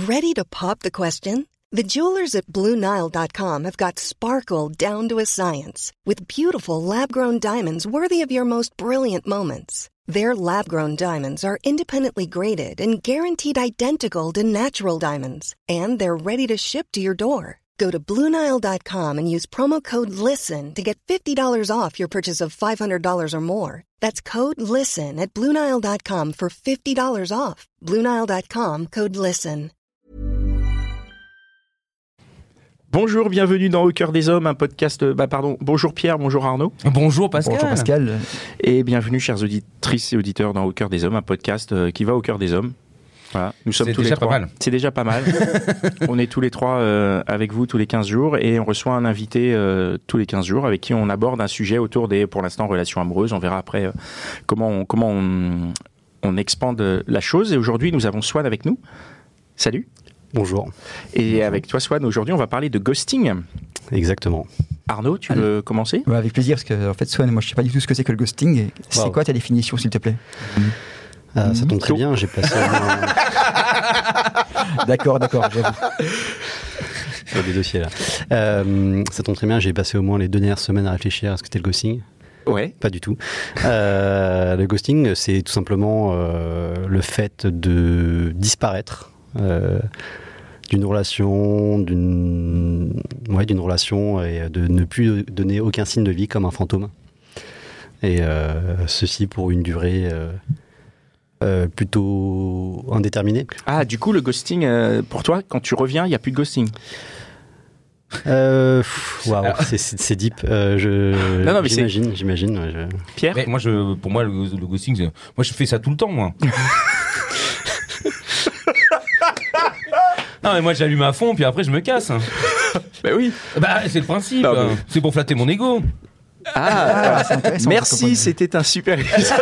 Ready to pop the question? The jewelers at BlueNile.com have got sparkle down to a science with beautiful lab-grown diamonds worthy of your most brilliant moments. Their lab-grown diamonds are independently graded and guaranteed identical to natural diamonds, and they're ready to ship to your door. Go to BlueNile.com and use promo code LISTEN to get $50 off your purchase of $500 or more. That's code LISTEN at BlueNile.com for $50 off. BlueNile.com, code LISTEN. Bonjour, bienvenue dans Au Cœur des Hommes, un podcast... bonjour Pierre, bonjour Arnaud. Bonjour Pascal. Bonjour Pascal. Et bienvenue chères auditrices et auditeurs dans Au Cœur des Hommes, un podcast qui va au cœur des hommes. Voilà, nous sommes tous les trois. Pas mal. C'est déjà pas mal. On est tous les trois avec vous tous les 15 jours et on reçoit un invité tous les 15 jours avec qui on aborde un sujet autour des, pour l'instant, relations amoureuses. On verra après comment on expande la chose. Et aujourd'hui, nous avons Swan avec nous. Salut. Bonjour. Et avec toi, Swan, aujourd'hui, on va parler de ghosting. Exactement. Arnaud, tu veux commencer ? Ouais, avec plaisir, parce que en fait, Swan, moi, je sais pas du tout ce que c'est que le ghosting. Et c'est quoi ta définition, s'il te plaît ? Ça tombe très bien, j'ai passé D'accord, j'avoue. Sur des dossiers là. Ça tombe très bien, j'ai passé au moins les 2 dernières semaines à réfléchir à ce que c'était le ghosting. Ouais. Pas du tout. Le ghosting, c'est tout simplement le fait de disparaître d'une relation, d'une relation et de ne plus donner aucun signe de vie comme un fantôme. Et ceci pour une durée plutôt indéterminée. Ah, du coup, le ghosting, pour toi, quand tu reviens, il n'y a plus de ghosting. Waouh, c'est deep. Non, mais j'imagine. Pierre, mais pour moi, le ghosting, moi je fais ça tout le temps, moi. Non, mais moi j'allume à fond, puis après je me casse. Bah oui. Bah c'est le principe. Non, mais... C'est pour flatter mon ego. Merci, c'était un super épisode.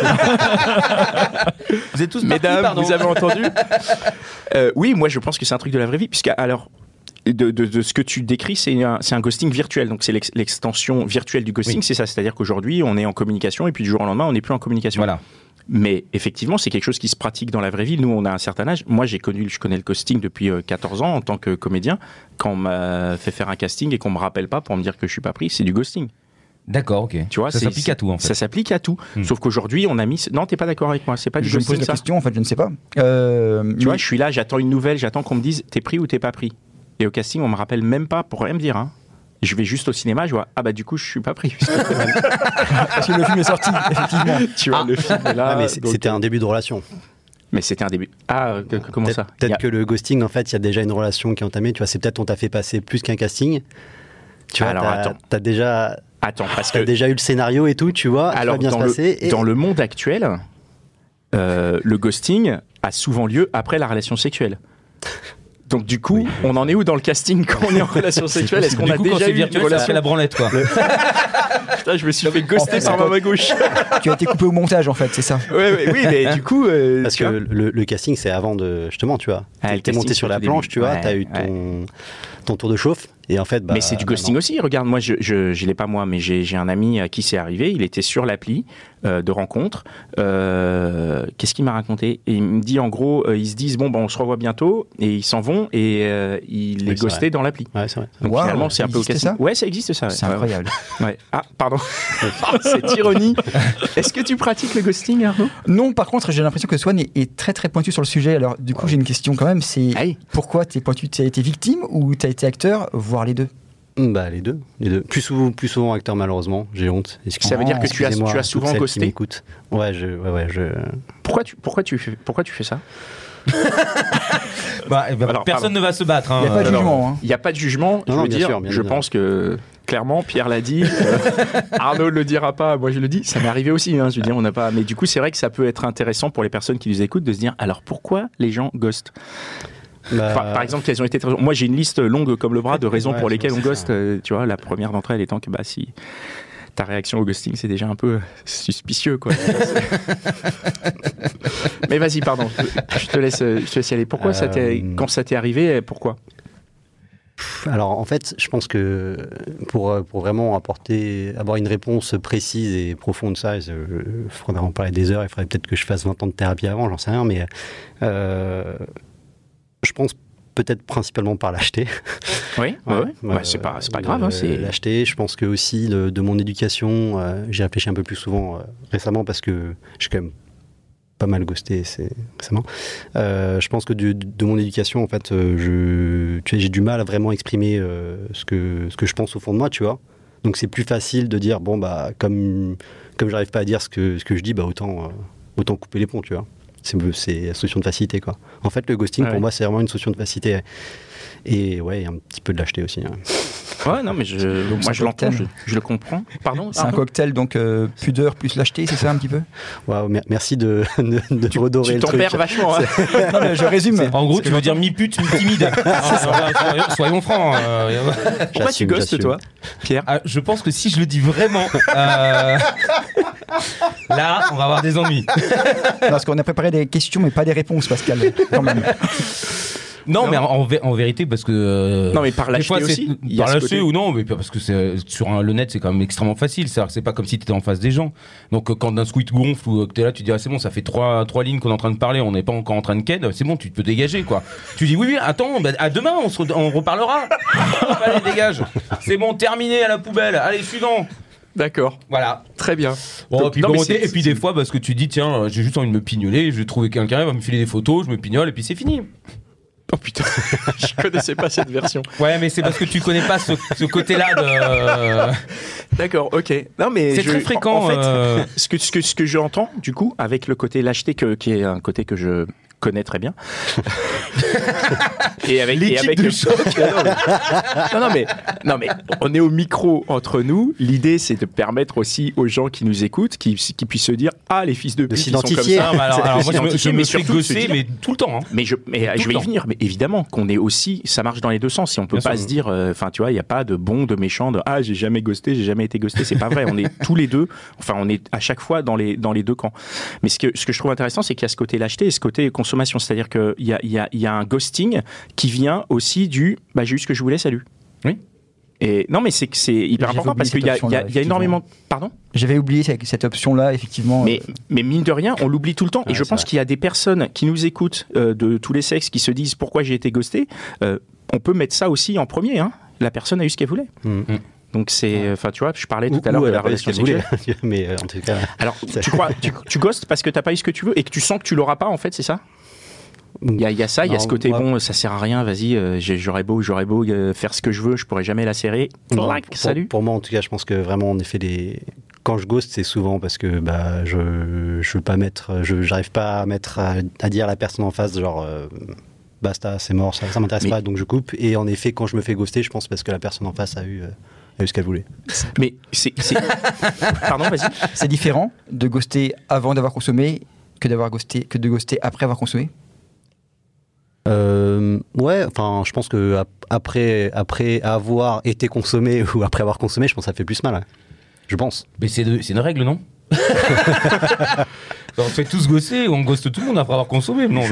Vous êtes tous mesdames, partis, vous avez entendu. Oui, moi je pense que c'est un truc de la vraie vie, puisque alors de ce que tu décris, c'est un ghosting virtuel, donc c'est l'extension virtuelle du ghosting, oui. C'est ça, c'est-à-dire qu'aujourd'hui on est en communication et puis du jour au lendemain on n'est plus en communication. Voilà. Mais effectivement, c'est quelque chose qui se pratique dans la vraie vie. Nous, on a un certain âge. Moi, je connais le ghosting depuis 14 ans en tant que comédien. Quand on m'a fait faire un casting et qu'on me rappelle pas pour me dire que je suis pas pris, c'est du ghosting. D'accord, ok. Tu vois, ça s'applique à tout en fait. Ça s'applique à tout. Sauf qu'aujourd'hui, on a mis. Non, t'es pas d'accord avec moi. C'est pas du ghosting. Je me pose la question. En fait, je ne sais pas. Tu vois, je suis là, j'attends une nouvelle, j'attends qu'on me dise t'es pris ou t'es pas pris. Et au casting, on me rappelle même pas pour rien me dire. Hein. Je vais juste au cinéma, je vois du coup je suis pas pris. Parce que le film est sorti, effectivement. Tu vois, le film est là. Ah, mais c'était un début de relation. Mais c'était un début. Comment ça ? Peut-être que le ghosting, en fait, il y a déjà une relation qui est entamée. Tu vois, c'est peut-être on t'a fait passer plus qu'un casting. Tu vois, t'as déjà. Attends, parce que t'as déjà eu le scénario et tout, tu vois. Alors, bien se passer. Dans le monde actuel, le ghosting a souvent lieu après la relation sexuelle. Donc du coup, on en est où dans le casting quand on est en relation sexuelle ? Est-ce qu'on a déjà eu une relation à la branlette, quoi. Putain, je me suis fait ghoster par ma main gauche. Tu as été coupé au montage, en fait, c'est ça. Oui, mais du coup... Parce que le casting, c'est avant de... Justement, tu vois. T'es monté sur la planche, tu vois, t'as eu ton tour de chauffe. Et en fait, mais c'est du ghosting aussi. Regarde, moi, je l'ai pas moi, mais j'ai un ami à qui c'est arrivé. Il était sur l'appli de rencontre. Qu'est-ce qu'il m'a raconté ? Et il me dit, en gros, ils se disent, on se revoit bientôt, et ils s'en vont, et il est ghosté dans l'appli. Ouais, c'est vrai. Donc finalement, c'est un peu au casting. Ouais, ça existe ça. C'est incroyable. Ouais. Ah, pardon. Cette ironie. Est-ce que tu pratiques le ghosting, Arnaud ? Non, par contre, j'ai l'impression que Swan est très très pointu sur le sujet. Alors, du coup, j'ai une question quand même. C'est pourquoi t'es pointu ? T'as été victime ou t'as été acteur ? Voire les deux. Les deux. Plus souvent acteur, malheureusement. J'ai honte. Ça veut dire que tu as souvent ghosté. Ouais. Pourquoi tu fais ça ? Personne ne va se battre. Il n'y a pas de jugement. Il n'y a pas de jugement. Je pense que clairement, Pierre l'a dit. Arnaud ne le dira pas. Moi, je le dis. Ça m'est arrivé aussi. Je veux dire, on n'a pas. Mais du coup, c'est vrai que ça peut être intéressant pour les personnes qui nous écoutent de se dire alors pourquoi les gens ghostent ? Par exemple, quelles ont été... Moi, j'ai une liste longue comme le bras de raisons pour lesquelles on ghost. Tu vois, la première d'entre elles étant que si ta réaction au ghosting, c'est déjà un peu suspicieux, quoi. Mais vas-y, pardon. Je te laisse y aller. Pourquoi quand ça t'est arrivé, pourquoi ? Alors, en fait, je pense que pour vraiment avoir une réponse précise et profonde de ça, il faudrait en parler des heures. Il faudrait peut-être que je fasse 20 ans de thérapie avant, j'en sais rien, mais je pense peut-être principalement par lâcheté. Oui, c'est pas grave. C'est lâcheté. Je pense que aussi de mon éducation, j'y réfléchis un peu plus souvent récemment parce que j'ai quand même pas mal ghosté récemment. Je pense que de mon éducation, en fait, j'ai du mal à vraiment exprimer ce que je pense au fond de moi, tu vois. Donc c'est plus facile de dire bon bah comme j'arrive pas à dire ce que je dis, bah autant couper les ponts, tu vois. C'est la solution de facilité, quoi. En fait, le ghosting pour moi c'est vraiment une solution de facilité et ouais, un petit peu de lâcheté aussi. Hein. Ouais, non, mais moi je l'entends, je le comprends. Pardon. C'est un cocktail, donc pudeur plus lâcheté, c'est ça un petit peu. Waouh, merci de redorer le truc. Tu t'en perds vachement. Hein. Non, mais je résume. En gros, tu veux dire mi-pute, mi-timide. Soyons francs. Pourquoi tu ghostes, toi, Pierre? Je pense que si je le dis vraiment, là, on va avoir des ennuis. Parce qu'on a préparé des questions, mais pas des réponses, Pascal, quand même. Non, mais en vérité, parce que. Non, mais par lâcheté aussi. Par lâcheté ou non, mais parce que sur le net, c'est quand même extrêmement facile. C'est pas comme si tu étais en face des gens. Donc, quand d'un squid gonfle ou que tu es là, tu dis, c'est bon, ça fait trois lignes qu'on est en train de parler, on n'est pas encore en train de ken, c'est bon, tu peux dégager, quoi. Tu dis, oui, attends, à demain, on reparlera. Allez, dégage. C'est bon, terminé à la poubelle. Allez, suivant. D'accord. Voilà. Très bien. Bon, donc, et puis des fois, parce que tu dis, tiens, j'ai juste envie de me pignoler, je vais trouver quelqu'un, il va me filer des photos, je me pignole, et puis c'est fini. Oh putain, je connaissais pas cette version. Ouais, mais c'est parce que tu connais pas ce côté-là de. D'accord, ok. Non, mais c'est très fréquent. En fait, ce que j'entends, du coup, avec le côté lâcheté, qui est un côté que je connais très bien. et avec de choc. non mais on est au micro entre nous. L'idée c'est de permettre aussi aux gens qui nous écoutent qui puissent se dire les fils de pute sont comme ça. Alors moi je me fais gosser mais tout le temps. Hein. Mais je vais y venir. Mais évidemment qu'on est aussi, ça marche dans les deux sens. Si on peut bien pas se dire, tu vois, il y a pas de bon, de méchant, de j'ai jamais ghosté, j'ai jamais été ghosté. C'est pas vrai. On est tous les deux. Enfin, on est à chaque fois dans les deux camps. Mais ce que je trouve intéressant, c'est qu'il y a ce côté lâcheté et ce côté consommation. C'est-à-dire qu'il y a un ghosting qui vient aussi du j'ai eu ce que je voulais, salut. Oui. Et non, mais c'est hyper important parce qu'il y a énormément. Pardon ? J'avais oublié cette option-là, effectivement. Mais mine de rien, on l'oublie tout le temps. Et je pense qu'il y a des personnes qui nous écoutent de tous les sexes qui se disent pourquoi j'ai été ghosté. On peut mettre ça aussi en premier. Hein. La personne a eu ce qu'elle voulait. Donc tu vois, je parlais tout à l'heure de la relation sexuelle. Mais en tout cas. Alors, tu crois, tu ghostes parce que t'as pas eu ce que tu veux et que tu sens que tu l'auras pas, en fait, c'est ça ? Il y a ça, il y a ce côté ça sert à rien, vas-y, j'aurais beau faire ce que je veux, je pourrais jamais la serrer. Salut. Pour moi, en tout cas, je pense que vraiment, en effet, quand je ghost, c'est souvent parce que je veux pas j'arrive pas à mettre à dire à la personne en face, genre basta, c'est mort, ça m'intéresse pas, donc je coupe. Et en effet, quand je me fais ghoster, je pense parce que la personne en face a eu ce qu'elle voulait. Mais c'est... Pardon, vas-y. C'est différent de ghoster avant d'avoir consommé que de ghoster après avoir consommé. Ouais, enfin, je pense que après avoir été consommé ou après avoir consommé, je pense que ça fait plus mal. Hein. Je pense. Mais c'est une règle, non? On fait tous gosser, on gosse tout le monde après avoir consommé. Non,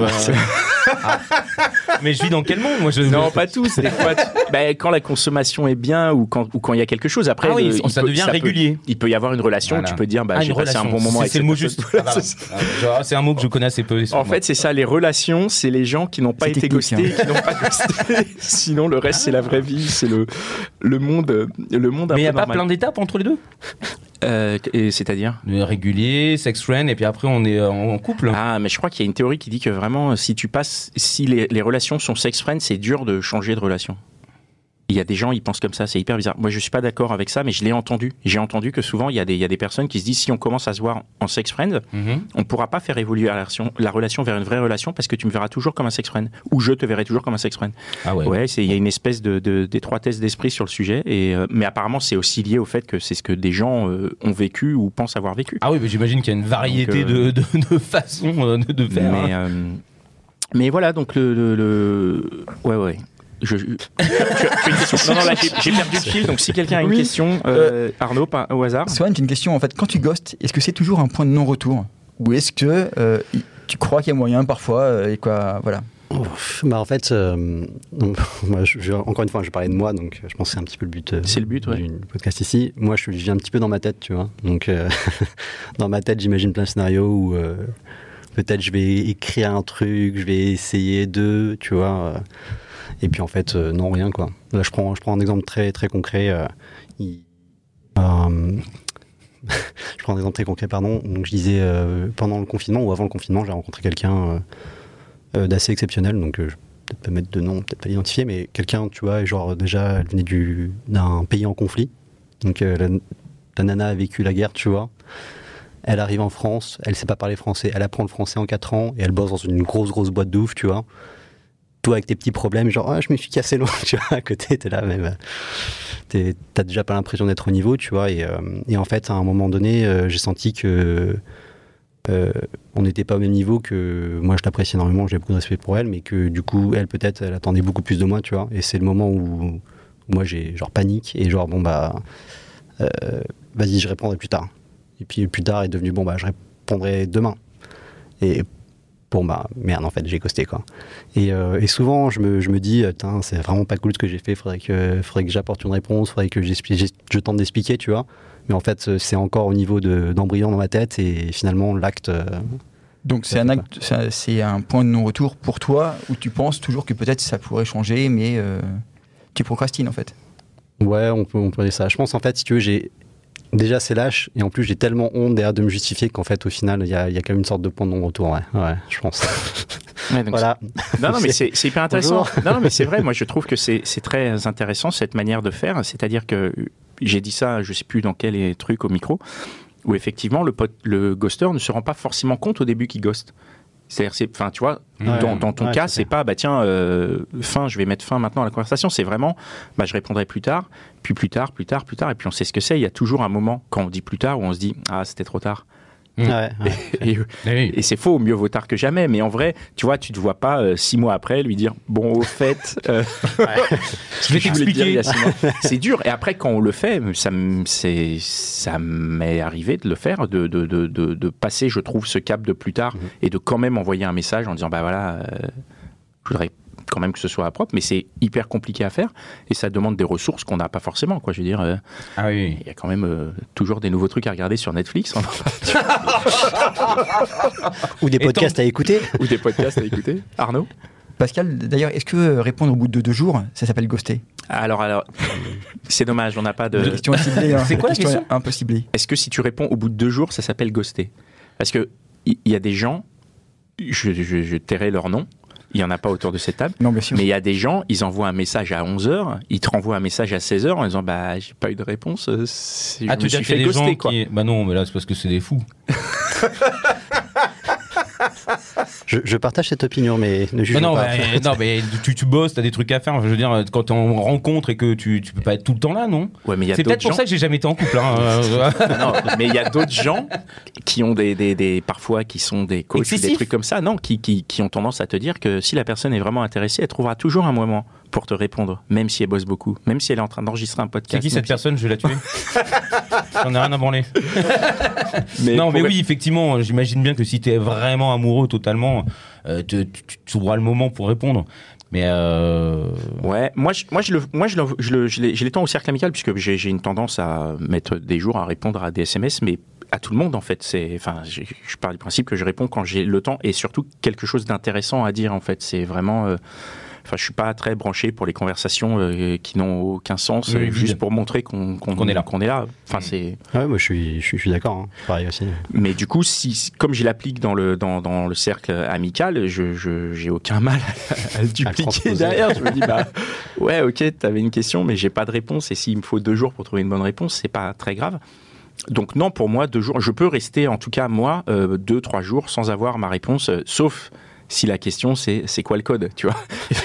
mais je vis dans quel monde moi Non, pas tous. Des fois, quand la consommation est bien ou quand il y a quelque chose, après, ça devient régulier. Il peut y avoir une relation. Voilà. Tu peux dire, j'ai passé un bon moment avec cette personne. C'est le mot juste. C'est un mot que je connais assez peu. En fait, c'est ça. Les relations, c'est les gens qui n'ont pas été ghostés, qui n'ont pas ghosté. Sinon, le reste, c'est la vraie vie, c'est le monde. Mais il n'y a pas plein d'étapes entre les deux. C'est-à-dire régulier, sex friend, et puis après on est en couple. Ah, mais je crois qu'il y a une théorie qui dit que vraiment, si les relations sont sex friend, c'est dur de changer de relation. Il y a des gens, ils pensent comme ça, c'est hyper bizarre. Moi, je suis pas d'accord avec ça, mais je l'ai entendu. J'ai entendu que souvent, il y a des personnes qui se disent, si on commence à se voir en sex friend, on pourra pas faire évoluer la relation vers une vraie relation parce que tu me verras toujours comme un sex friend, ou je te verrai toujours comme un sex friend. Ah ouais. Ouais, il y a une espèce d'étroitesse d'esprit sur le sujet, mais apparemment, c'est aussi lié au fait que c'est ce que des gens ont vécu ou pensent avoir vécu. Ah oui, mais j'imagine qu'il y a une variété de façons de faire. Mais voilà, donc ouais. Tu as une question? Non, là, j'ai perdu le fil, donc si quelqu'un a une question, Arnaud, pas au hasard. Swan, j'ai une question, en fait, quand tu ghostes, est-ce que c'est toujours un point de non-retour? Ou est-ce que tu crois qu'il y a moyen parfois, et quoi, voilà. En fait, encore une fois, je parlais de moi, donc je pense que c'est un petit peu le but, du podcast ici. Moi, je vis un petit peu dans ma tête, tu vois. Donc, dans ma tête, j'imagine plein de scénarios où peut-être je vais écrire un truc, je vais essayer tu vois. Et puis en fait, non, rien quoi. Là, je prends un exemple très, très concret. Je prends un exemple très concret, pardon. Donc je disais, pendant le confinement ou avant le confinement, j'ai rencontré quelqu'un d'assez exceptionnel. Donc je vais peut-être pas mettre de nom, peut-être pas l'identifier, mais quelqu'un, tu vois, genre déjà, elle venait d'un pays en conflit. Donc la nana a vécu la guerre, tu vois. Elle arrive en France, elle sait pas parler français, elle apprend le français en 4 ans et elle bosse dans une grosse boîte de ouf, tu vois. Toi avec tes petits problèmes, genre je me suis cassé loin, tu vois, à côté, t'es là, même t'as déjà pas l'impression d'être au niveau, tu vois. Et en fait, à un moment donné, j'ai senti que on n'était pas au même niveau, que moi je l'apprécie énormément, j'ai beaucoup de respect pour elle, mais que du coup, elle peut-être, elle attendait beaucoup plus de moi, tu vois. Et c'est le moment où moi j'ai genre panique et genre vas-y, je répondrai plus tard. Et puis plus tard est devenu je répondrai demain. Et merde, en fait, j'ai ghosté quoi. Et souvent, je me dis, c'est vraiment pas cool ce que j'ai fait. Faudrait que j'apporte une réponse, faudrait que je tente d'expliquer, tu vois. Mais en fait, c'est encore au niveau d'embryon dans ma tête et finalement l'acte. Donc c'est un point de non-retour pour toi où tu penses toujours que peut-être ça pourrait changer, mais tu procrastines en fait. Ouais, on peut dire ça. Je pense en fait, si tu veux, déjà c'est lâche et en plus j'ai tellement honte derrière de me justifier qu'en fait au final il y a quand même une sorte de point de non-retour. Ouais, je pense. Ouais, voilà. Non, mais c'est hyper intéressant. Non, mais c'est vrai. Moi, je trouve que c'est très intéressant cette manière de faire. C'est-à-dire que j'ai dit ça, je sais plus dans quel truc au micro, où effectivement le ghoster ne se rend pas forcément compte au début qu'il ghoste. C'est-à-dire, tu vois, dans ton cas, c'est pas, je vais mettre fin maintenant à la conversation. C'est vraiment, je répondrai plus tard, puis plus tard, et puis on sait ce que c'est. Il y a toujours un moment, quand on dit plus tard, où on se dit, c'était trop tard. Et c'est faux, mieux vaut tard que jamais. Mais en vrai, tu vois, tu te vois pas 6 mois après lui dire, bon, au fait, je vais t'expliquer. C'est dur. Et après, quand on le fait, ça m'est arrivé de le faire, de passer, je trouve, ce cap de plus tard et de quand même envoyer un message en disant, je voudrais quand même que ce soit propre, mais c'est hyper compliqué à faire et ça demande des ressources qu'on n'a pas forcément, quoi. Je veux dire, il y a quand même toujours des nouveaux trucs à regarder sur Netflix. Ou des podcasts à écouter. Arnaud ? Pascal, d'ailleurs, est-ce que répondre au bout de 2 jours, ça s'appelle ghoster ? Alors, c'est dommage, on n'a pas de... question ciblée. C'est quoi la question ? Un peu ciblée. Est-ce que si tu réponds au bout de 2 jours, ça s'appelle ghoster ? Parce qu'il y a des gens, je tairai leur nom, il n'y en a pas autour de cette table. Non, bien sûr. Mais il y a des gens, ils envoient un message à 11h, ils te renvoient un message à 16h en disant j'ai pas eu de réponse, je me suis fait ghoster, quoi. Non, mais là, c'est parce que c'est des fous. Je partage cette opinion, mais ne juge pas. Non, mais tu bosses, t'as des trucs à faire. Je veux dire, quand t'es en rencontre et que tu peux pas être tout le temps là, non ? Ouais, mais c'est peut-être pour ça que j'ai jamais été en couple. Non, mais il y a d'autres gens qui ont parfois qui sont des coachs, des trucs comme ça, qui ont tendance à te dire que si la personne est vraiment intéressée, elle trouvera toujours un moment pour te répondre, même si elle bosse beaucoup, même si elle est en train d'enregistrer un podcast. C'est qui cette personne ? Je vais la tuer. J'en ai rien à branler. Mais oui, effectivement, j'imagine bien que si t'es vraiment amoureux totalement, tu trouveras le moment pour répondre. Mais ouais, moi je l'étends au cercle amical puisque j'ai une tendance à mettre des jours à répondre à des SMS, mais à tout le monde en fait. Je pars du principe que je réponds quand j'ai le temps et surtout quelque chose d'intéressant à dire en fait. C'est vraiment je suis pas très branché pour les conversations qui n'ont aucun sens, juste pour montrer qu'on est là. C'est... Ouais, moi je suis d'accord, hein. Pareil aussi. Mais du coup, comme je l'applique dans le cercle amical, j'ai aucun mal à le dupliquer derrière. Je me dis ouais, ok, t'avais une question, mais j'ai pas de réponse. Et s'il me faut 2 jours pour trouver une bonne réponse, c'est pas très grave. Donc non, pour moi, 2 jours, je peux rester en tout cas moi 2-3 jours sans avoir ma réponse, sauf si la question c'est quoi le code, tu vois.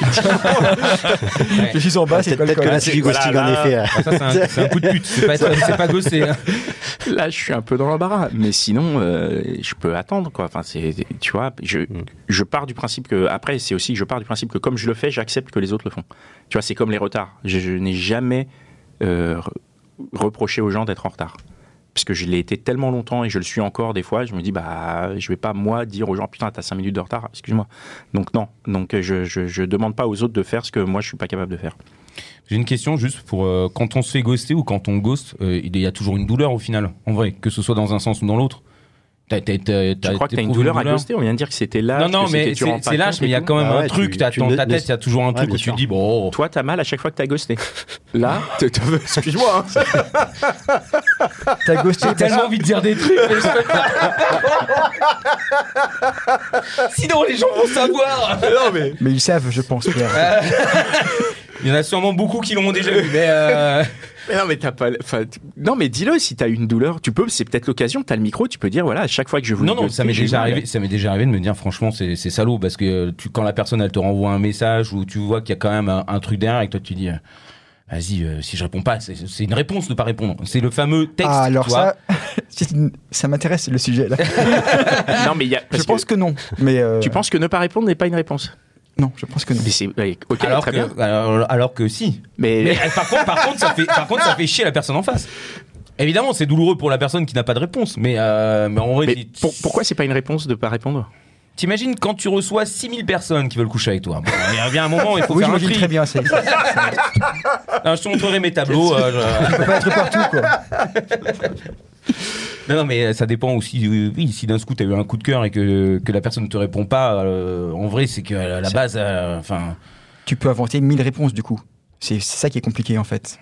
Je suis en bas, c'est quoi le code ? C'est du ghosting en effet. Ça, c'est un coup de pute, c'est pas ghosté. Là, je suis un peu dans l'embarras, mais sinon, je peux attendre, quoi. Tu vois, je pars du principe que, après, je pars du principe que comme je le fais, j'accepte que les autres le font. Tu vois, c'est comme les retards. Je n'ai jamais reproché aux gens d'être en retard. Parce que je l'ai été tellement longtemps et je le suis encore des fois, je me dis je vais pas moi dire aux gens putain t'as 5 minutes de retard, excuse-moi. Donc non, je demande pas aux autres de faire ce que moi je suis pas capable de faire. J'ai une question juste pour quand on se fait ghoster ou quand on ghost, il y a toujours une douleur au final, en vrai, que ce soit dans un sens ou dans l'autre. Je crois que t'as une douleur à ghoster. On vient de dire que c'était lâche. Non, mais c'est lâche, mais il y a quand même un truc. Dans ta tête, il y a toujours un truc où tu te dis, bon. Toi, t'as mal à chaque fois que t'as ghosté. Là, excuse-moi. T'as ghosté. J'ai tellement envie de dire des trucs. Sinon, les gens vont savoir. Mais ils savent, je pense, Pierre. Il y en a sûrement beaucoup qui l'ont déjà vu, Mais non, mais t'as pas. Non, mais dis-le, si t'as une douleur, tu peux. C'est peut-être l'occasion. T'as le micro, tu peux dire voilà, à chaque fois que je vous. Non, ça m'est déjà arrivé. Ça m'est déjà arrivé de me dire franchement, c'est salaud parce que quand la personne elle te renvoie un message ou tu vois qu'il y a quand même un truc derrière et que toi tu dis. Vas-y, si je réponds pas, c'est une réponse de pas répondre. C'est le fameux texte. Ah, alors ça m'intéresse le sujet là. Non, mais je pense que non. Mais tu penses que ne pas répondre n'est pas une réponse? Non, je pense que non. Mais c'est ok, très bien. Alors que si. Mais par contre, ça fait chier la personne en face. Évidemment, c'est douloureux pour la personne qui n'a pas de réponse. Mais en vrai, pourquoi c'est pas une réponse de pas répondre? T'imagines quand tu reçois 6000 personnes qui veulent coucher avec toi. Il y a un moment, il faut faire un tri. Très bien, c'est. Je te montrerai mes tableaux. Je peux pas être partout, quoi. Non, mais ça dépend aussi. Oui, si d'un coup t'as eu un coup de cœur et que la personne ne te répond pas, en vrai, c'est qu'à la base, tu peux inventer 1000 réponses du coup. C'est ça qui est compliqué en fait.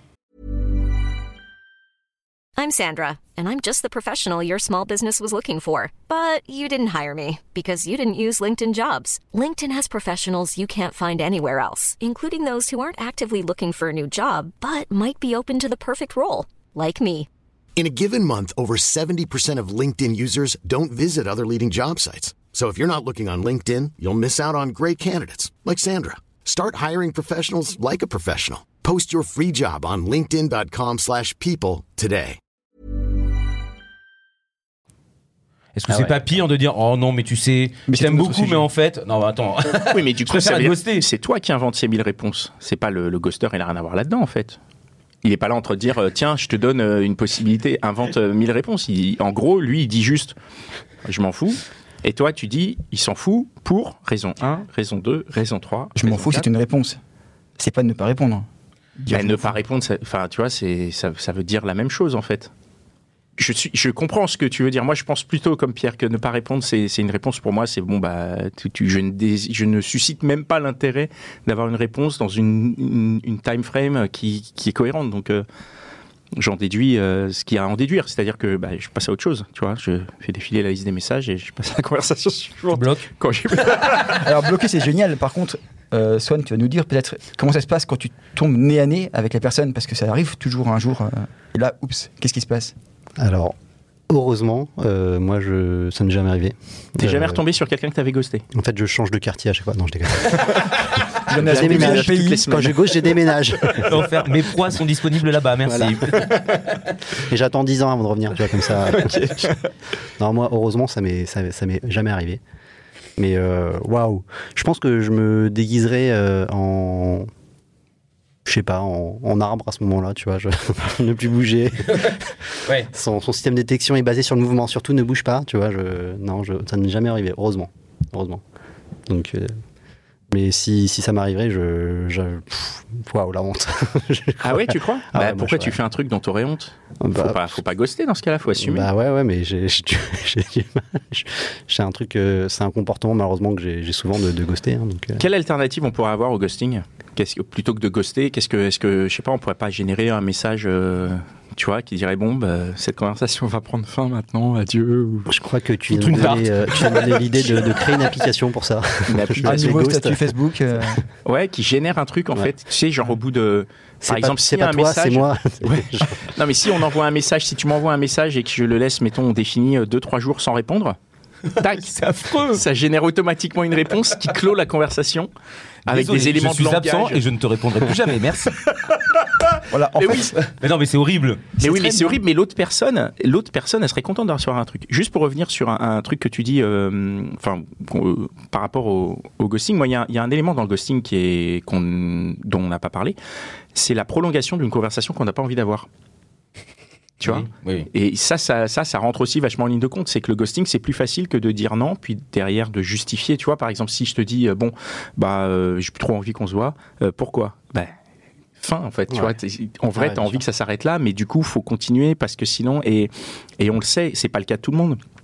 I'm Sandra, and I'm just the professional your small business was looking for. But you didn't hire me because you didn't use LinkedIn Jobs. LinkedIn has professionals you can't find anywhere else, including those who aren't actively looking for a new job, but might be open to the perfect role, like me. In a given month, over 70% of LinkedIn users don't visit other leading job sites. So if you're not looking on LinkedIn, you'll miss out on great candidates like Sandra. Start hiring professionals like a professional. Post your free job on linkedin.com/people today. Est-ce que c'est pas pire de dire oh non mais tu sais, je t'aime beaucoup mais en fait non attends. Oui mais du coup ça veut dire c'est toi qui inventes ces 1000 réponses. C'est pas le ghoster, il a rien à voir là-dedans en fait. Il est pas là entre dire tiens je te donne une possibilité, invente 1000 réponses. En gros lui il dit juste je m'en fous. Et toi tu dis il s'en fout pour raison 1, raison 2, raison 3. Je m'en fous 4. C'est une réponse. C'est pas de ne pas répondre. Ne pas répondre, enfin tu vois ça veut dire la même chose en fait. Je comprends ce que tu veux dire. Moi, je pense plutôt comme Pierre que ne pas répondre, c'est une réponse pour moi. C'est bon, je ne suscite même pas l'intérêt d'avoir une réponse dans une time frame qui est cohérente. Donc, j'en déduis ce qu'il y a à en déduire. C'est-à-dire que je passe à autre chose. Tu vois, je fais défiler la liste des messages et je passe à la conversation suivante. Bloque. Alors, bloquer, c'est génial. Par contre, Swan, tu vas nous dire peut-être comment ça se passe quand tu tombes nez à nez avec la personne, parce que ça arrive toujours un jour. Et là, oups, qu'est-ce qui se passe? Alors, heureusement, moi, ça ne m'est jamais arrivé. T'es jamais retombé sur quelqu'un que t'avais ghosté? En fait, je change de quartier à chaque fois. Non, je déconne. Je déménage. Quand je gauche, j'ai déménage. Mes proies sont disponibles là-bas, merci. Voilà. Et j'attends 10 ans avant de revenir, tu vois, comme ça. Okay. Non, moi, heureusement, ça m'est jamais arrivé. Mais waouh, je pense que je me déguiserais en... Je sais pas, en arbre à ce moment-là, tu vois, ne plus bouger. Ouais. Son système de détection est basé sur le mouvement, surtout ne bouge pas, tu vois. Ça ne m'est jamais arrivé, heureusement. Donc, mais si ça m'arriverait, waouh, la honte. Ah ouais, tu crois? Pourquoi tu fais un truc dont t'aurais honte? Faut pas ghoster dans ce cas-là, faut assumer. Ouais, mais j'ai un truc, c'est un comportement malheureusement que j'ai souvent de ghoster. Hein, donc, Quelle alternative on pourrait avoir au ghosting? Plutôt que de ghoster, est-ce que je sais pas, on pourrait pas générer un message, tu vois, qui dirait cette conversation va prendre fin maintenant, adieu. Je crois que tu as donné l'idée de créer une application pour ça. Un nouveau statut Facebook. Ouais, qui génère un truc en fait. Tu sais, genre au bout de. Par exemple, c'est pas toi, c'est moi. Ouais. Non, mais si on envoie un message, si tu m'envoies un message et que je le laisse, mettons, on définit 2-3 jours sans répondre. Tac, c'est affreux. Ça génère automatiquement une réponse qui clôt la conversation avec des éléments de langage. Je suis absent et je ne te répondrai plus jamais. Merci. Voilà. Mais non, mais c'est horrible. Mais c'est horrible. Mais l'autre personne, elle serait contente de recevoir un truc. Juste pour revenir sur un truc que tu dis, par rapport au ghosting. Moi, il y a un élément dans le ghosting dont on n'a pas parlé. C'est la prolongation d'une conversation qu'on n'a pas envie d'avoir. Tu vois, oui. Et ça rentre aussi vachement en ligne de compte. C'est que le ghosting, c'est plus facile que de dire non, puis derrière de justifier. Tu vois, par exemple, si je te dis j'ai plus trop envie qu'on se voit, pourquoi? Fin en fait. Tu vois, en vrai, t'as envie que ça s'arrête là, mais du coup, faut continuer parce que sinon, et on le sait, c'est pas le cas de tout le monde.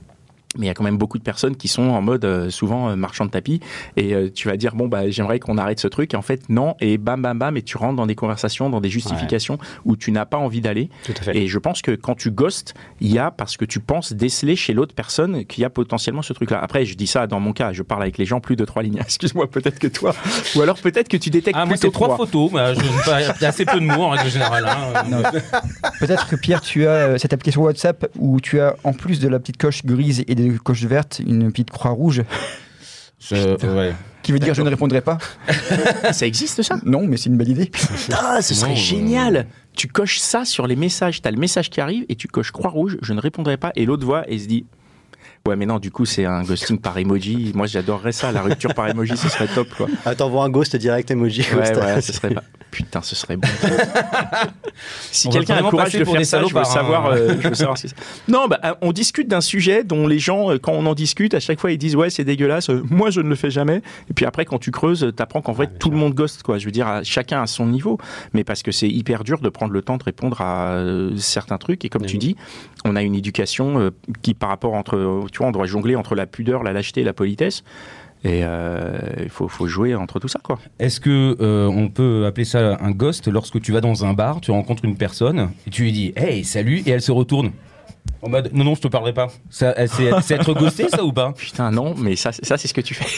Mais il y a quand même beaucoup de personnes qui sont en mode souvent marchand de tapis et tu vas dire bon bah j'aimerais qu'on arrête ce truc et en fait non et bam bam bam et tu rentres dans des conversations, dans des justifications où tu n'as pas envie d'aller. Tout à fait. Et je pense que quand tu ghostes, il y a parce que tu penses déceler chez l'autre personne qu'il y a potentiellement ce truc-là. Après je dis ça dans mon cas, je parle avec les gens plus de 3 lignes. Excuse-moi, peut-être que toi ou alors peut-être que tu détectes moi c'est 3 photos, mais il y a assez peu de mots en règle générale. Non. Peut-être que Pierre, tu as cette application WhatsApp où tu as en plus de la petite coche grise et des coches vertes, une petite croix rouge. Ouais. Qui veut dire je ne répondrai pas. Ça existe ça? Non, mais c'est une belle idée. Ah, ce serait génial. Tu coches ça sur les messages. T'as le message qui arrive et tu coches croix rouge, je ne répondrai pas. Et l'autre voit et se dit ouais mais non, du coup c'est un ghosting par emoji. Moi j'adorerais ça, la rupture par emoji, ce serait top quoi. T'envoies un ghost direct emoji. Ouais, ce serait pas... Putain, ce serait bon. Si quelqu'un a le courage de faire ça, je veux savoir ce que c'est. Non, on discute d'un sujet dont les gens, quand on en discute, à chaque fois ils disent ouais c'est dégueulasse, moi je ne le fais jamais. Et puis après quand tu creuses, t'apprends qu'en fait tout le monde ghost quoi. Je veux dire, chacun à son niveau, mais parce que c'est hyper dur de prendre le temps de répondre à certains trucs. Et comme tu dis, on a une éducation qui par rapport entre, tu vois, on doit jongler entre la pudeur, la lâcheté et la politesse. Et il faut jouer entre tout ça quoi. Est-ce que on peut appeler ça un ghost lorsque tu vas dans un bar, tu rencontres une personne et tu lui dis hey salut et elle se retourne en mode non je te parlerai pas. Ça, c'est être ghosté ça ou pas? Putain non, mais ça c'est ce que tu fais.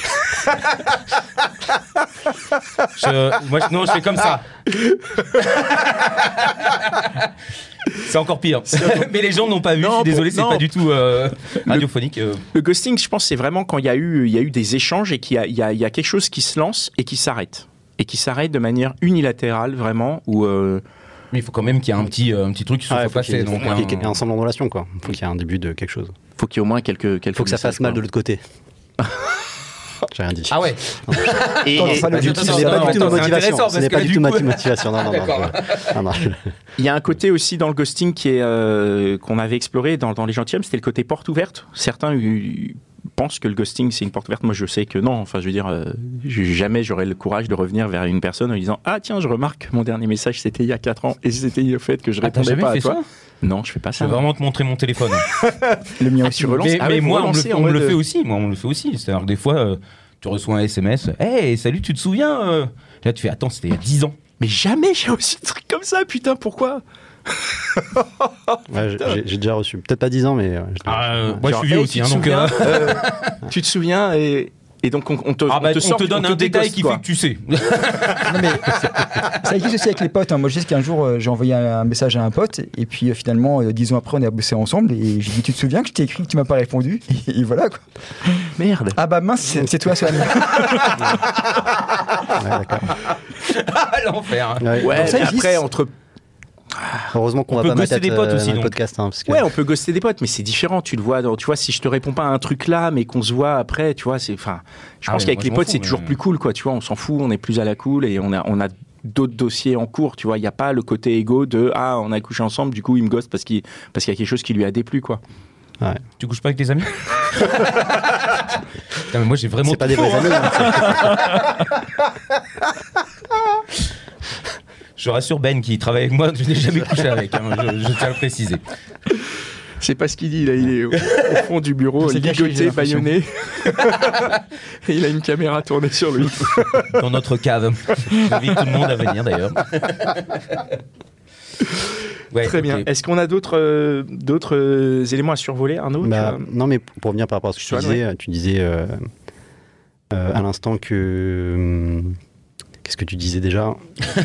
Moi je fais comme ça. C'est encore pire. Mais les gens n'ont pas vu. Je suis désolé, c'est pas du tout radiophonique. Le ghosting, je pense, c'est vraiment quand il y a eu des échanges et qu'il y a quelque chose qui se lance et qui s'arrête. Et qui s'arrête de manière unilatérale, vraiment. Mais il faut quand même qu'il y ait un petit truc qui soit passé. Il faut qu'il y ait un semblant de relation, quoi. Il faut qu'il y ait un début de quelque chose. Il faut qu'il y ait au moins quelques faut que ça fasse mal de l'autre côté. J'ai rien dit. Ah ouais. Et ce n'est pas du tout ma motivation. Ce n'est pas du tout ma motivation. Non. Il y a un côté aussi dans le ghosting qui est qu'on avait exploré dans les gentilshommes, c'était le côté porte ouverte. Certains pensent que le ghosting c'est une porte ouverte. Moi je sais que non. Enfin je veux dire, jamais j'aurais le courage de revenir vers une personne en lui disant ah tiens je remarque mon dernier message c'était il y a 4 ans et c'était le fait que je répondais pas à toi. Non, je fais pas ça. Je vais vraiment te montrer mon téléphone. Le mien aussi. Mais moi, on me le fait aussi. Moi, on me le fait aussi. C'est-à-dire que des fois, tu reçois un SMS. Hey, salut, tu te souviens Là, tu fais attends, c'était il y a 10 ans. Mais jamais j'ai reçu un truc comme ça, putain, pourquoi? J'ai déjà reçu. Peut-être pas 10 ans, mais. Moi, je suis vieux aussi. Tu te souviens et donc on te donne un détail qui fait que tu sais. Non, mais ça existe aussi avec les potes. Moi je sais qu'un jour j'ai envoyé un message à un pote et puis finalement 10 ans après on a bossé ensemble et j'ai dit tu te souviens que je t'ai écrit que tu m'as pas répondu et voilà quoi. Merde. Ah bah mince c'est toi Swan. D'accord. L'enfer. Ouais, donc ça après entre heureusement qu'on va pas mettre des potes aussi dans le podcast. Parce que... Ouais, on peut ghoster des potes, mais c'est différent. Tu le vois. Tu vois, si je te réponds pas à un truc là, mais qu'on se voit après, tu vois, je pense qu'avec les potes, c'est toujours plus cool, quoi. Tu vois, on s'en fout, on est plus à la cool et on a d'autres dossiers en cours. Tu vois, il y a pas le côté égo de on a couché ensemble, du coup il me ghoste parce qu'il y a quelque chose qui lui a déplu, quoi. Ouais. Tu couches pas avec tes amis? Putain, mais moi j'ai vraiment. C'est pas des vrais amis. Je rassure Ben qui travaille avec moi, je n'ai jamais couché avec, je tiens à le préciser. C'est pas ce qu'il dit, là, il est au fond du bureau, ligoté, bâillonné. Et il a une caméra tournée sur lui. Dans notre cave. J'invite tout le monde à venir d'ailleurs. Ouais, très bien. Est-ce qu'on a d'autres éléments à survoler, Arnaud? Non, mais pour revenir par rapport à ce que tu disais à l'instant que... Qu'est-ce que tu disais déjà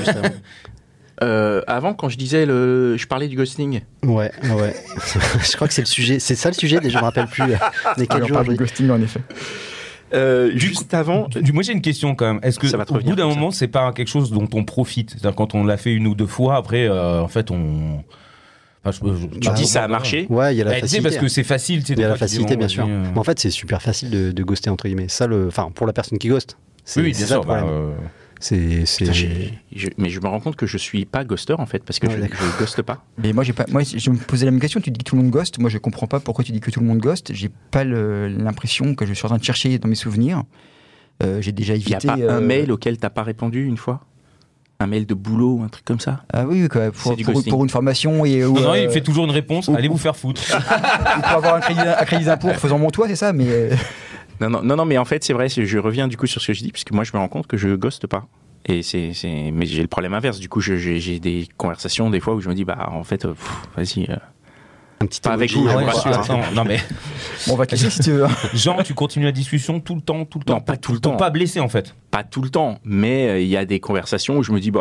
avant, quand je disais je parlais du ghosting. Ouais. Je crois que c'est le sujet. C'est ça le sujet, je me rappelle plus. On parle du ghosting en effet. Juste avant. Moi j'ai une question quand même. Est-ce que au bout d'un moment c'est pas quelque chose dont on profite? C'est-à-dire quand on l'a fait une ou deux fois, après en fait on. Tu dis ça a marché. Ouais, il y a la facilité. Parce que c'est facile. Il y a la facilité, bien sûr. Mais en fait, c'est super facile de ghoster entre guillemets. Ça, pour la personne qui ghost. Oui, bien sûr. Mais je me rends compte que je suis pas ghoster en fait parce que je ghoste pas. Mais moi je me posais la même question. Tu dis que tout le monde ghost. Moi je comprends pas pourquoi tu dis que tout le monde ghost. J'ai pas l'impression que je suis en train de chercher dans mes souvenirs. J'ai déjà évité. Il y a pas un mail auquel t'as pas répondu une fois? Un mail de boulot, un truc comme ça. Ah oui, quoi, pour une formation. Et, non, il fait toujours une réponse, allez vous faire foutre. Ou pour avoir un crédit d'impôt en faisant mon toit, c'est ça, mais... Non, mais en fait, c'est vrai, je reviens du coup sur ce que je dis, parce que moi, je me rends compte que je ghoste pas. Et mais j'ai le problème inverse. Du coup, j'ai des conversations des fois où je me dis, en fait, vas-y. Un petit pas avec vous, je vous rassure. Non, mais. Bon, on va casser si tu veux. Genre, tu continues la discussion tout le temps. Non, pas tout le temps. Pas blessé, en fait. Pas tout le temps, mais il y a des conversations où je me dis,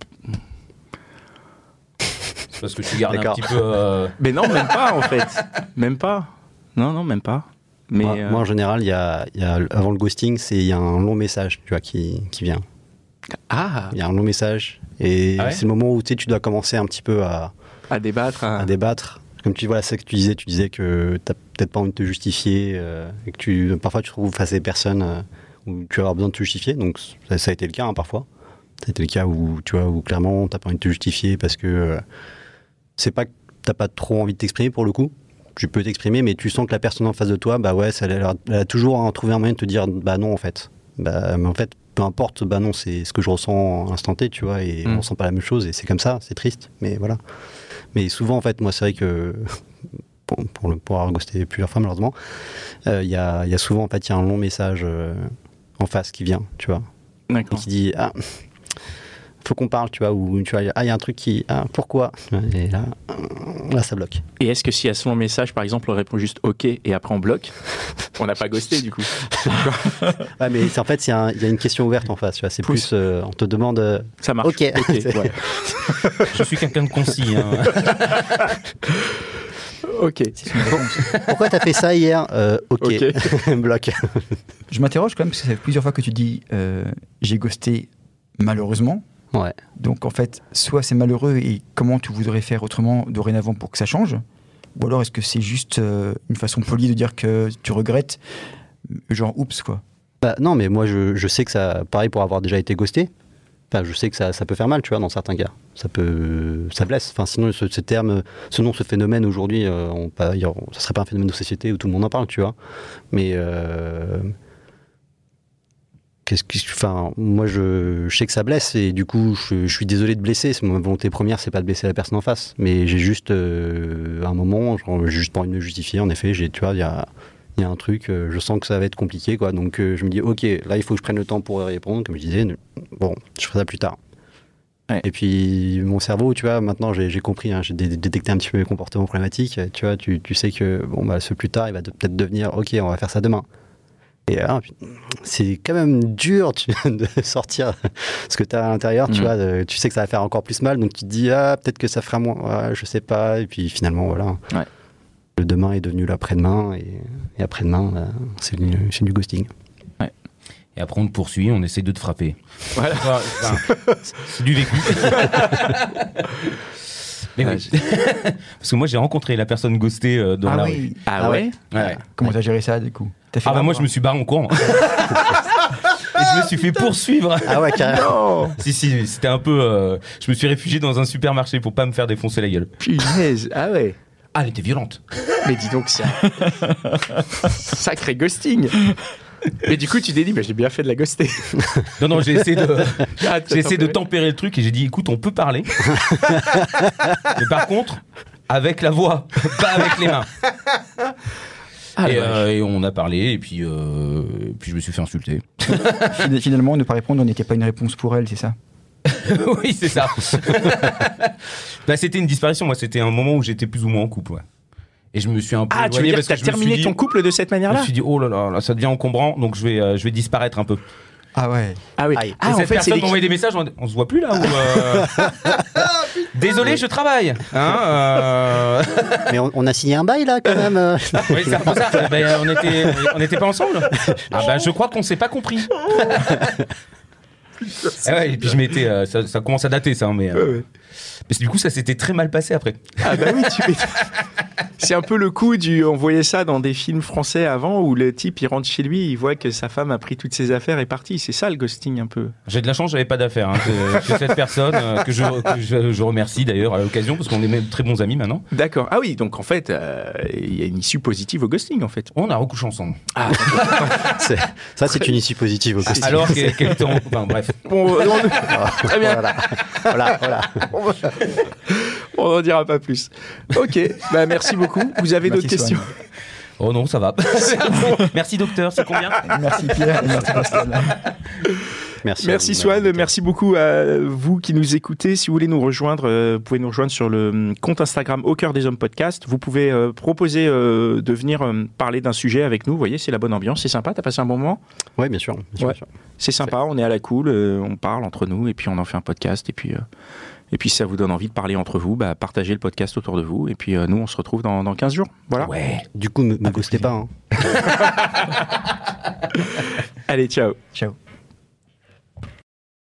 C'est parce que tu gardes un petit peu. Mais non, même pas, en fait. Même pas. Non, même pas. Mais moi, en général, il y a avant le ghosting, il y a un long message, tu vois, qui vient. Ah. Il y a un long message, et c'est le moment où tu dois commencer un petit peu à débattre. À débattre. Comme c'est ce que tu disais que t'as peut-être pas envie de te justifier, et que parfois tu te trouves face à des personnes où tu vas avoir besoin de te justifier. Donc ça a été le cas parfois. Ça a été le cas où où clairement t'as pas envie de te justifier parce que c'est pas que t'as pas trop envie de t'exprimer pour le coup. Tu peux t'exprimer, mais tu sens que la personne en face de toi, elle a toujours trouvé un moyen de te dire non en fait. Mais en fait, peu importe, non, c'est ce que je ressens à l'instant T, tu vois, et on ressent pas la même chose, et c'est comme ça, c'est triste, mais voilà. Mais souvent, en fait, moi, c'est vrai que, pour avoir ghosté plusieurs fois, malheureusement, il y a souvent, en fait, il y a un long message en face qui vient, tu vois. D'accord. Et qui dit, faut qu'on parle, tu vois, ou tu vois, il y a un truc qui, pourquoi ? Et là, ça bloque. Et est-ce que si à ce long message, par exemple, on répond juste OK et après on bloque, on n'a pas ghosté du coup? Ouais, mais en fait, il y a une question ouverte en face, tu vois, c'est plus, on te demande. Ça marche. OK. Ouais. Je suis quelqu'un de concis. OK. Pourquoi t'as fait ça hier? OK. Bloc. Je m'interroge quand même, parce que ça fait plusieurs fois que tu dis j'ai ghosté malheureusement. Ouais. Donc en fait, soit c'est malheureux et comment tu voudrais faire autrement dorénavant pour que ça change, ou alors est-ce que c'est juste une façon polie de dire que tu regrettes, genre oups quoi. Non, mais moi je sais que ça, pareil pour avoir déjà été ghosté, je sais que ça peut faire mal, tu vois, dans certains cas. Ça blesse. Enfin, sinon ce phénomène aujourd'hui, ça serait pas un phénomène de société où tout le monde en parle, tu vois. Mais moi je sais que ça blesse et du coup je suis désolé de blesser. Ma volonté première, c'est pas de blesser la personne en face, mais j'ai juste à un moment, j'ai juste pas envie de me justifier. En effet, tu vois, il y a un truc, je sens que ça va être compliqué, quoi. Donc je me dis ok, là il faut que je prenne le temps pour répondre, comme je disais. Bon, je ferai ça plus tard. Ouais. Et puis mon cerveau, tu vois, maintenant j'ai compris, j'ai détecté un petit peu mes comportements problématiques. Tu vois, tu sais que ce plus tard, il va peut-être devenir ok, on va faire ça demain. Et c'est quand même dur de sortir ce que tu as à l'intérieur, tu vois, tu sais que ça va faire encore plus mal, donc tu te dis peut-être que ça fera moins, je sais pas, et puis finalement voilà. Ouais. Le demain est devenu l'après-demain, et après-demain c'est du ghosting. Ouais. Et après on te poursuit, on essaie de te frapper. Voilà. C'est du vécu. Mais oui. Parce que moi j'ai rencontré la personne ghostée dans la rue. Ah ouais. Comment t'as géré ça du coup? Moi je me suis barré en courant. Et je me suis fait poursuivre. Ah ouais, carrément. Si, c'était un peu. Je me suis réfugié dans un supermarché pour pas me faire défoncer la gueule. Punaise, ah ouais. Ah, elle était violente. Mais dis donc ça. Sacré ghosting. Mais du coup, tu t'es dit, j'ai bien fait de la ghoster. Non, j'ai essayé de tempérer le truc et j'ai dit, écoute, on peut parler. Mais par contre, avec la voix, pas avec les mains. Et on a parlé et puis je me suis fait insulter. Finalement, ne pas répondre n'était pas une réponse pour elle, c'est ça? Oui, c'est ça. C'était une disparition. Moi, c'était un moment où j'étais plus ou moins en couple. Ouais. Et je me suis un peu tu veux dire que tu as terminé ton couple de cette manière-là? Je me suis dit, oh là, ça devient encombrant, donc je vais disparaître un peu. Ah ouais. Ah oui. Et cette personne m'envoie des messages, on se voit plus là Désolé, je travaille. Mais on a signé un bail là quand même. Oui, c'est un peu ça. On n'était pas ensemble. Je crois qu'on s'est pas compris. Et puis je m'étais, ça commence à dater ça, mais. Mais du coup ça s'était très mal passé après. Ah bah oui, C'est un peu le coup on voyait ça dans des films français avant où le type il rentre chez lui, il voit que sa femme a pris toutes ses affaires et est partie. C'est ça le ghosting un peu. J'ai de la chance, j'avais pas d'affaires. Chez cette personne que je remercie d'ailleurs à l'occasion parce qu'on est même très bons amis maintenant. D'accord. Ah oui, donc en fait, il y a une issue positive au ghosting en fait. On a recouché ensemble. Ah, ça c'est une issue positive au ghosting. Alors quel temps. Enfin bref. Bon, très bien. Voilà. On n'en dira pas plus. Ok, merci beaucoup. Vous avez d'autres questions? Oh non, ça va. Merci docteur, c'est combien? Merci Pierre et merci Pascal. Merci Swan, merci beaucoup à vous qui nous écoutez. Si vous voulez nous rejoindre, vous pouvez nous rejoindre sur le compte Instagram Au Cœur des Hommes Podcast. Vous pouvez proposer de venir parler d'un sujet avec nous. Vous voyez, c'est la bonne ambiance, c'est sympa. T'as passé un bon moment? Oui, bien sûr. C'est sympa, on est à la cool, on parle entre nous et puis on en fait un podcast. Et puis si ça vous donne envie de parler entre vous, partagez le podcast autour de vous. Et puis nous, on se retrouve dans 15 jours. Voilà. Ouais. Du coup, me ghostez pas. Allez, ciao. Ciao.